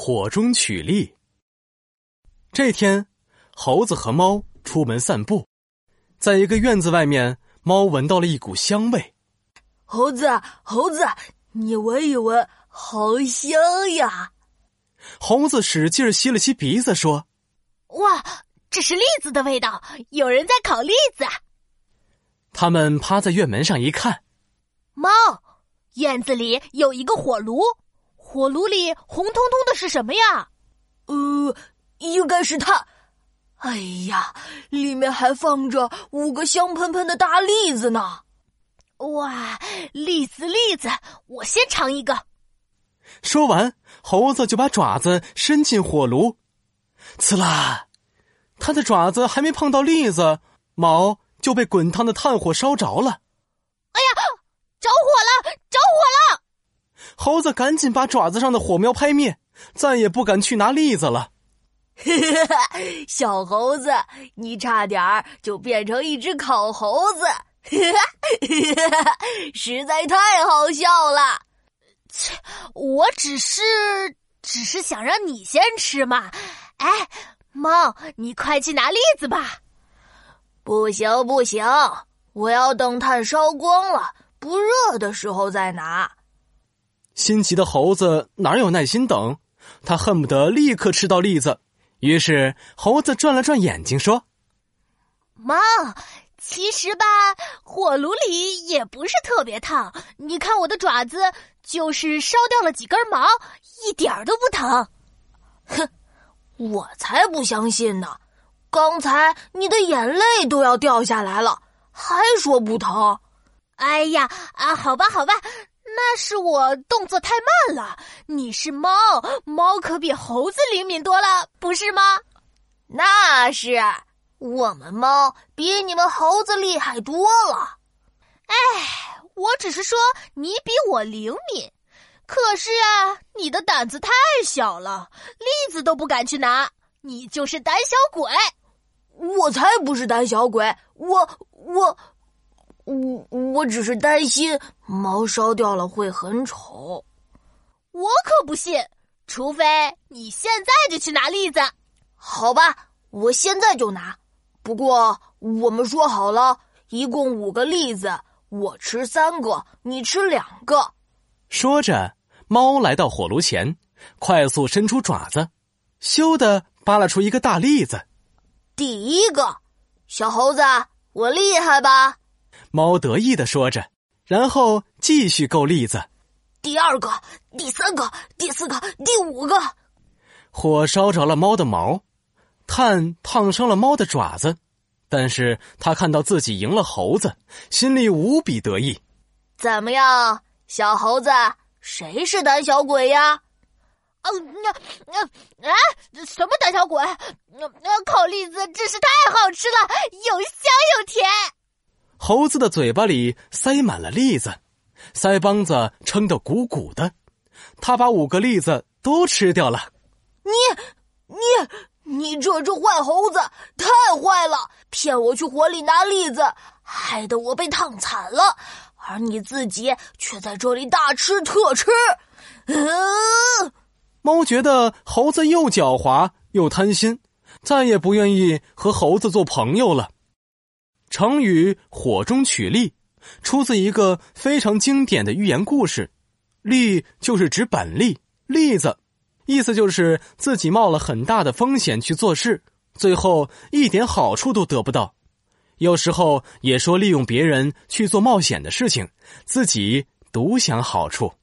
火中取栗。这天，猴子和猫出门散步，在一个院子外面，猫闻到了一股香味。 猴子，你闻一闻，好香呀！ 猴子使劲吸了吸鼻子说： 哇，这是栗子的味道，有人在烤栗子。 他们趴在院门上一看， 猫，院子里有一个火炉，火炉里红彤彤的是什么呀？ 应该是它。哎呀，里面还放着5个香喷喷的大栗子呢。 哇，栗子，我先尝一个。 说完，猴子就把爪子伸进火炉，呲啦，他的爪子还没碰到栗子，毛就被滚烫的炭火烧着了。 哎呀，着火了！ 猴子赶紧把爪子上的火苗拍灭，再也不敢去拿栗子了。 小猴子，你差点就变成一只烤猴子，实在太好笑了。 切，我只是想让你先吃嘛。哎，猫，你快去拿栗子吧。 不行，我要等炭烧光了，不热的时候再拿。 心急的猴子哪有耐心等，他恨不得立刻吃到栗子。于是猴子转了转眼睛说： 猫，其实吧，火炉里也不是特别烫，你看我的爪子就是烧掉了几根毛，一点儿都不疼。 哼，我才不相信呢，刚才你的眼泪都要掉下来了，还说不疼。 哎呀，好吧，那是我动作太慢了。你是猫，猫可比猴子灵敏多了，不是吗？ 那是，我们猫比你们猴子厉害多了。 哎，我只是说你比我灵敏，可是啊，你的胆子太小了，栗子都不敢去拿，你就是胆小鬼。 我才不是胆小鬼，我只是担心毛烧掉了会很丑。 我可不信，除非你现在就去拿栗子。 好吧，我现在就拿。不过我们说好了，一共5个栗子，我吃3个，你吃2个。 说着，猫来到火炉前，快速伸出爪子，咻地扒拉出一个大栗子。 第1个，小猴子，我厉害吧？ 猫得意地说着，然后继续够栗子。 第2个，第3个，第4个，第5个。 火烧着了猫的毛，炭烫伤了猫的爪子，但是他看到自己赢了猴子，心里无比得意。 怎么样，小猴子，谁是胆小鬼呀？ 什么胆小鬼？烤栗子真是太好吃了，又香又甜。 猴子的嘴巴里塞满了栗子，腮帮子撑得鼓鼓的，他把5个栗子都吃掉了。 你这只坏猴子，太坏了，骗我去火里拿栗子，害得我被烫惨了，而你自己却在这里大吃特吃。 猫觉得猴子又狡猾又贪心，再也不愿意和猴子做朋友了。成语火中取栗出自一个非常经典的寓言故事，栗就是指本栗，栗子意思就是自己冒了很大的风险去做事，最后一点好处都得不到。有时候也说利用别人去做冒险的事情，自己独享好处。